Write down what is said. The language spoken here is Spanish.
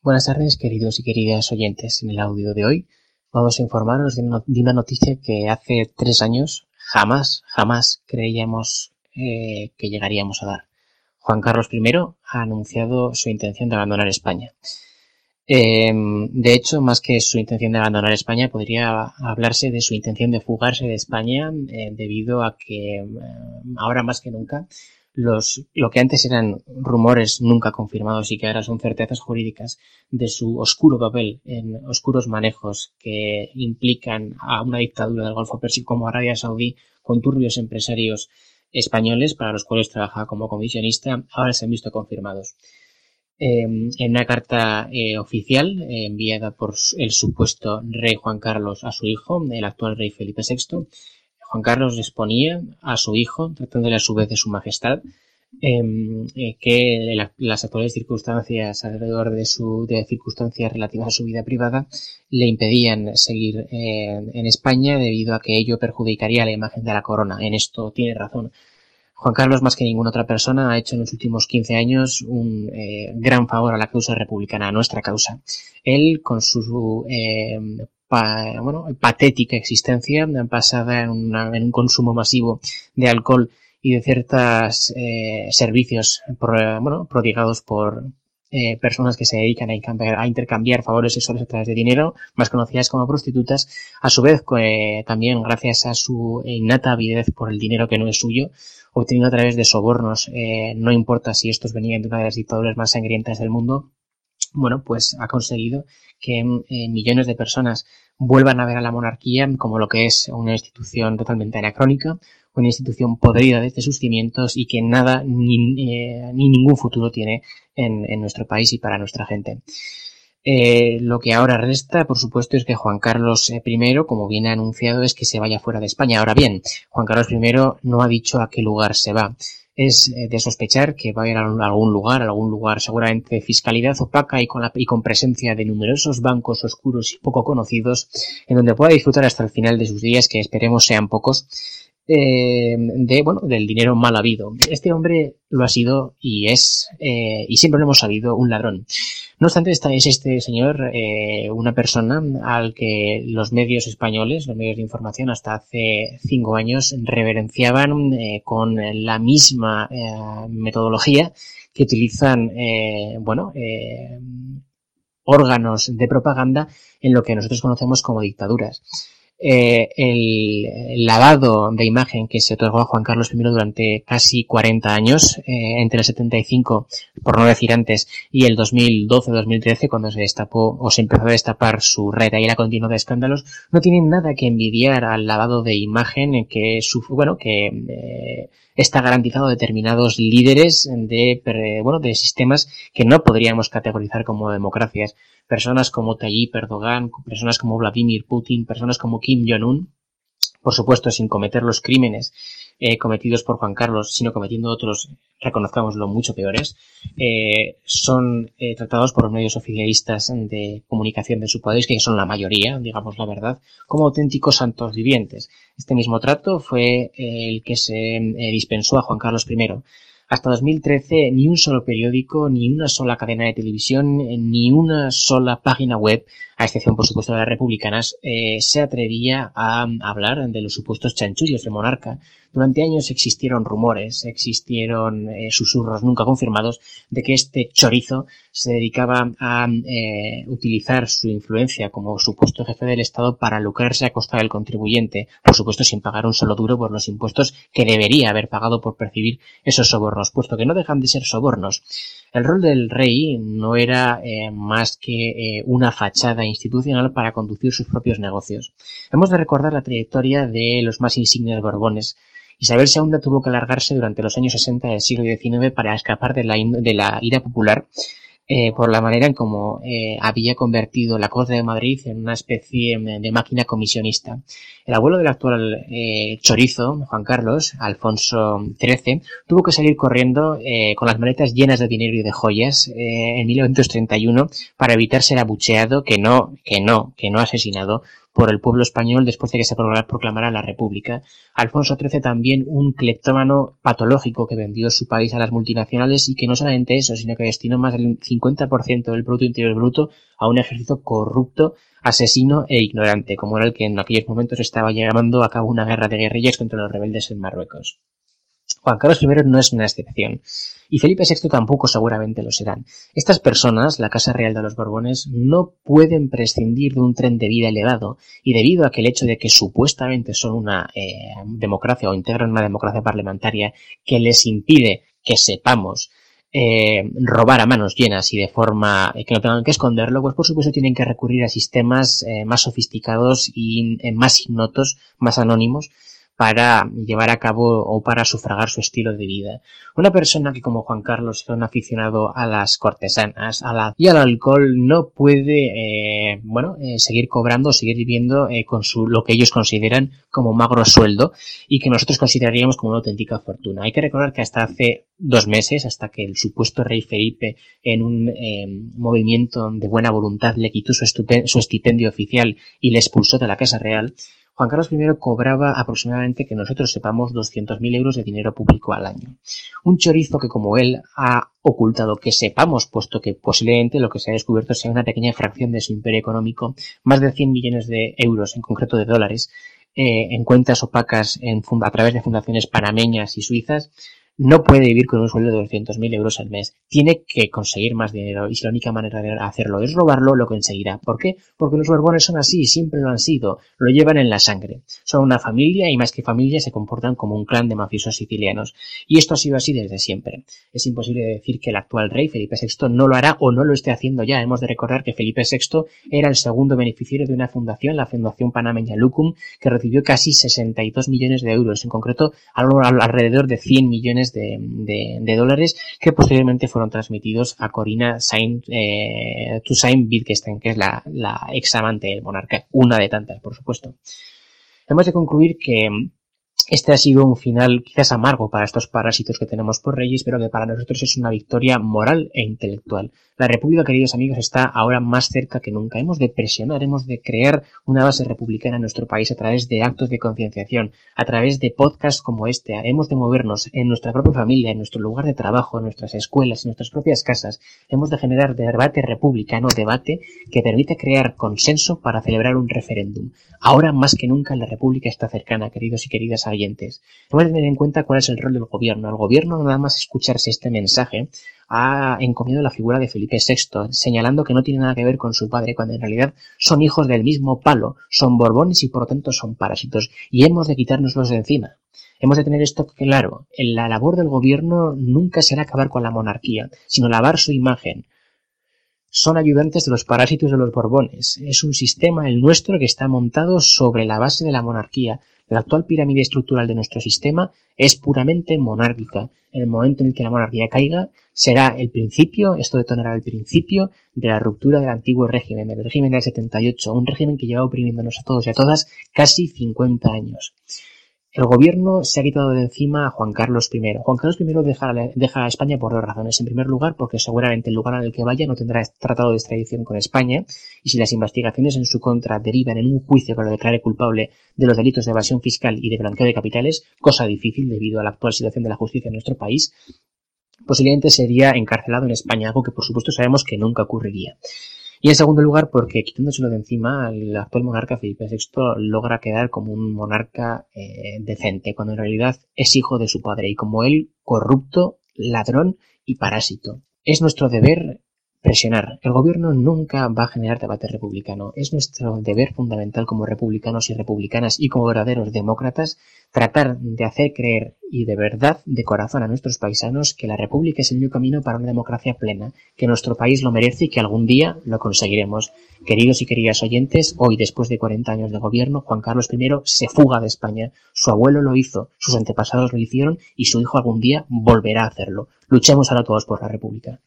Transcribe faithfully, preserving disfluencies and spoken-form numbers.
Buenas tardes, queridos y queridas oyentes. En el audio de hoy vamos a informaros de una noticia que hace tres años jamás, jamás creíamos eh, que llegaríamos a dar. Juan Carlos primero ha anunciado su intención de abandonar España. Eh, de hecho, más que su intención de abandonar España, podría hablarse de su intención de fugarse de España eh, debido a que eh, ahora más que nunca Los, lo que antes eran rumores nunca confirmados y que ahora son certezas jurídicas de su oscuro papel en oscuros manejos que implican a una dictadura del Golfo Pérsico como Arabia Saudí con turbios empresarios españoles para los cuales trabajaba como comisionista, ahora se han visto confirmados. Eh, en una carta eh, oficial eh, enviada por el supuesto rey Juan Carlos a su hijo, el actual rey Felipe sexto, Juan Carlos les ponía a su hijo, tratándole a su vez de su majestad, eh, eh, que la, las actuales circunstancias alrededor de su de circunstancias relativas a su vida privada le impedían seguir eh, en España debido a que ello perjudicaría la imagen de la corona. En esto tiene razón. Juan Carlos, más que ninguna otra persona, ha hecho en los últimos quince años un eh, gran favor a la causa republicana, a nuestra causa. Él, con su eh, pa, bueno, patética existencia, basada en, una, en un consumo masivo de alcohol y de ciertos eh, servicios por, bueno, prodigados por eh, personas que se dedican a, a intercambiar favores sexuales a través de dinero, más conocidas como prostitutas, a su vez eh, también gracias a su innata avidez por el dinero que no es suyo, obtenido a través de sobornos, eh, no importa si estos venían de una de las dictaduras más sangrientas del mundo, bueno, pues ha conseguido que eh, millones de personas vuelvan a ver a la monarquía como lo que es una institución totalmente anacrónica, una institución podrida desde sus cimientos y que nada ni, eh, ni ningún futuro tiene en, en nuestro país y para nuestra gente. Eh, lo que ahora resta, por supuesto, es que Juan Carlos primero, como bien ha anunciado, es que se vaya fuera de España. Ahora bien, Juan Carlos primero no ha dicho a qué lugar se va. Es de sospechar que va a ir a algún lugar, a algún lugar seguramente de fiscalidad opaca y con, la, y con presencia de numerosos bancos oscuros y poco conocidos, en donde pueda disfrutar hasta el final de sus días, que esperemos sean pocos, eh, de bueno del dinero mal habido. Este hombre lo ha sido y es, eh, y siempre lo hemos sabido, un ladrón. No obstante, esta es este señor eh, una persona al que los medios españoles, los medios de información, hasta hace cinco años reverenciaban eh, con la misma eh, metodología que utilizan, eh, bueno, eh, órganos de propaganda en lo que nosotros conocemos como dictaduras. Eh, el, el lavado de imagen que se otorgó a Juan Carlos primero durante casi cuarenta años, eh, entre el setenta y cinco, por no decir antes, y el dos mil doce dos mil trece, cuando se destapó o se empezó a destapar su retaíla continua de escándalos, no tienen nada que envidiar al lavado de imagen que, su, bueno, que eh, está garantizado a determinados líderes de, bueno, de sistemas que no podríamos categorizar como democracias. Personas como Tayyip Erdogan, personas como Vladimir Putin, personas como Kim Jong-un, por supuesto sin cometer los crímenes eh, cometidos por Juan Carlos, sino cometiendo otros, reconozcámoslo, mucho peores, eh, son eh, tratados por los medios oficialistas de comunicación de su país, que son la mayoría, digamos la verdad, como auténticos santos vivientes. Este mismo trato fue eh, el que se eh, dispensó a Juan Carlos primero. Hasta dos mil trece ni un solo periódico, ni una sola cadena de televisión, ni una sola página web, a excepción por supuesto de las republicanas, eh, se atrevía a hablar de los supuestos chanchullos del monarca. Durante años existieron rumores, existieron eh, susurros nunca confirmados de que este chorizo se dedicaba a eh, utilizar su influencia como supuesto jefe del Estado para lucrarse a costa del contribuyente, por supuesto sin pagar un solo duro por los impuestos que debería haber pagado por percibir esos sobornos, puesto que no dejan de ser sobornos. El rol del rey no era eh, más que eh, una fachada institucional para conducir sus propios negocios. Hemos de recordar la trayectoria de los más insignes Borbones. Isabel segunda tuvo que alargarse durante los años sesenta del siglo diecinueve para escapar de la, de la ira popular eh, por la manera en cómo eh, había convertido la Corte de Madrid en una especie de máquina comisionista. El abuelo del actual eh, chorizo, Juan Carlos, Alfonso trece, tuvo que salir corriendo eh, con las maletas llenas de dinero y de joyas eh, en mil novecientos treinta y uno para evitar ser abucheado, que no, que no, que no asesinado por el pueblo español después de que se proclamara la República. Alfonso trece también un cleptómano patológico que vendió su país a las multinacionales y que no solamente eso, sino que destinó más del cincuenta por ciento del Producto Interior Bruto a un ejército corrupto, asesino e ignorante, como era el que en aquellos momentos estaba llevando a cabo una guerra de guerrillas contra los rebeldes en Marruecos. Juan Carlos primero no es una excepción, y Felipe sexto tampoco seguramente lo serán. Estas personas, la Casa Real de los Borbones, no pueden prescindir de un tren de vida elevado, y debido a que el hecho de que supuestamente son una eh, democracia o integran una democracia parlamentaria que les impide que sepamos Eh, robar a manos llenas y de forma eh, que no tengan que esconderlo, pues por supuesto tienen que recurrir a sistemas eh, más sofisticados y eh, más ignotos, más anónimos, para llevar a cabo o para sufragar su estilo de vida. Una persona que como Juan Carlos era un aficionado a las cortesanas a la, y al alcohol no puede eh, bueno eh, seguir cobrando o seguir viviendo eh, con su lo que ellos consideran como magro sueldo y que nosotros consideraríamos como una auténtica fortuna. Hay que recordar que hasta hace dos meses, hasta que el supuesto rey Felipe en un eh, movimiento de buena voluntad le quitó su, su estipendio oficial y le expulsó de la Casa Real, Juan Carlos primero cobraba aproximadamente, que nosotros sepamos, doscientos mil euros de dinero público al año. Un chorizo que, como él, ha ocultado que sepamos, puesto que posiblemente lo que se ha descubierto sea una pequeña fracción de su imperio económico, más de cien millones de euros, en concreto de dólares, eh, en cuentas opacas en, a través de fundaciones panameñas y suizas. No puede vivir con un sueldo de doscientos mil euros al mes. Tiene que conseguir más dinero y si la única manera de hacerlo es robarlo, lo conseguirá. ¿Por qué? Porque los Borbones son así, siempre lo han sido. Lo llevan en la sangre. Son una familia y más que familia se comportan como un clan de mafiosos sicilianos. Y esto ha sido así desde siempre. Es imposible decir que el actual rey, Felipe sexto, no lo hará o no lo esté haciendo ya. Hemos de recordar que Felipe sexto era el segundo beneficiario de una fundación, la Fundación Panameña Lucum, que recibió casi sesenta y dos millones de euros. En concreto, alrededor de cien millones De, de, de dólares que posteriormente fueron transmitidos a Corina Saint, eh, Toussaint Wittgenstein, que es la, la ex amante del monarca, una de tantas, por supuesto. Hemos de concluir que este ha sido un final quizás amargo para estos parásitos que tenemos por reyes, pero que para nosotros es una victoria moral e intelectual. La República, queridos amigos, está ahora más cerca que nunca. Hemos de presionar, hemos de crear una base republicana en nuestro país a través de actos de concienciación, a través de podcasts como este. Hemos de movernos en nuestra propia familia, en nuestro lugar de trabajo, en nuestras escuelas, en nuestras propias casas. Hemos de generar debate republicano, debate que permita crear consenso para celebrar un referéndum. Ahora más que nunca la República está cercana, queridos y queridas oyentes. Hemos de tener en cuenta cuál es el rol del gobierno. El gobierno, nada más escucharse este mensaje, ha encomiado la figura de Felipe sexto, señalando que no tiene nada que ver con su padre, cuando en realidad son hijos del mismo palo, son borbones y por lo tanto son parásitos, y hemos de quitárnoslos de encima. Hemos de tener esto claro. La labor del gobierno nunca será acabar con la monarquía, sino lavar su imagen. Son ayudantes de los parásitos de los Borbones. Es un sistema, el nuestro, que está montado sobre la base de la monarquía. La actual pirámide estructural de nuestro sistema es puramente monárquica. En el momento en el que la monarquía caiga, será el principio, esto detonará el principio de la ruptura del antiguo régimen, del régimen del setenta y ocho, un régimen que lleva oprimiéndonos a todos y a todas casi cincuenta años. El gobierno se ha quitado de encima a Juan Carlos primero. Juan Carlos primero deja, deja a España por dos razones. En primer lugar, porque seguramente el lugar al que vaya no tendrá tratado de extradición con España, y si las investigaciones en su contra derivan en un juicio que lo declare culpable de los delitos de evasión fiscal y de blanqueo de capitales, cosa difícil debido a la actual situación de la justicia en nuestro país, posiblemente sería encarcelado en España, algo que por supuesto sabemos que nunca ocurriría. Y en segundo lugar, porque quitándoselo de encima, el actual monarca Felipe sexto logra quedar como un monarca eh, decente, cuando en realidad es hijo de su padre, y como él, corrupto, ladrón y parásito. Es nuestro deber presionar. El gobierno nunca va a generar debate republicano. Es nuestro deber fundamental como republicanos y republicanas y como verdaderos demócratas tratar de hacer creer y de verdad, de corazón a nuestros paisanos, que la república es el único camino para una democracia plena, que nuestro país lo merece y que algún día lo conseguiremos. Queridos y queridas oyentes, hoy, después de cuarenta años de gobierno, Juan Carlos primero se fuga de España. Su abuelo lo hizo, sus antepasados lo hicieron y su hijo algún día volverá a hacerlo. Luchemos ahora todos por la república.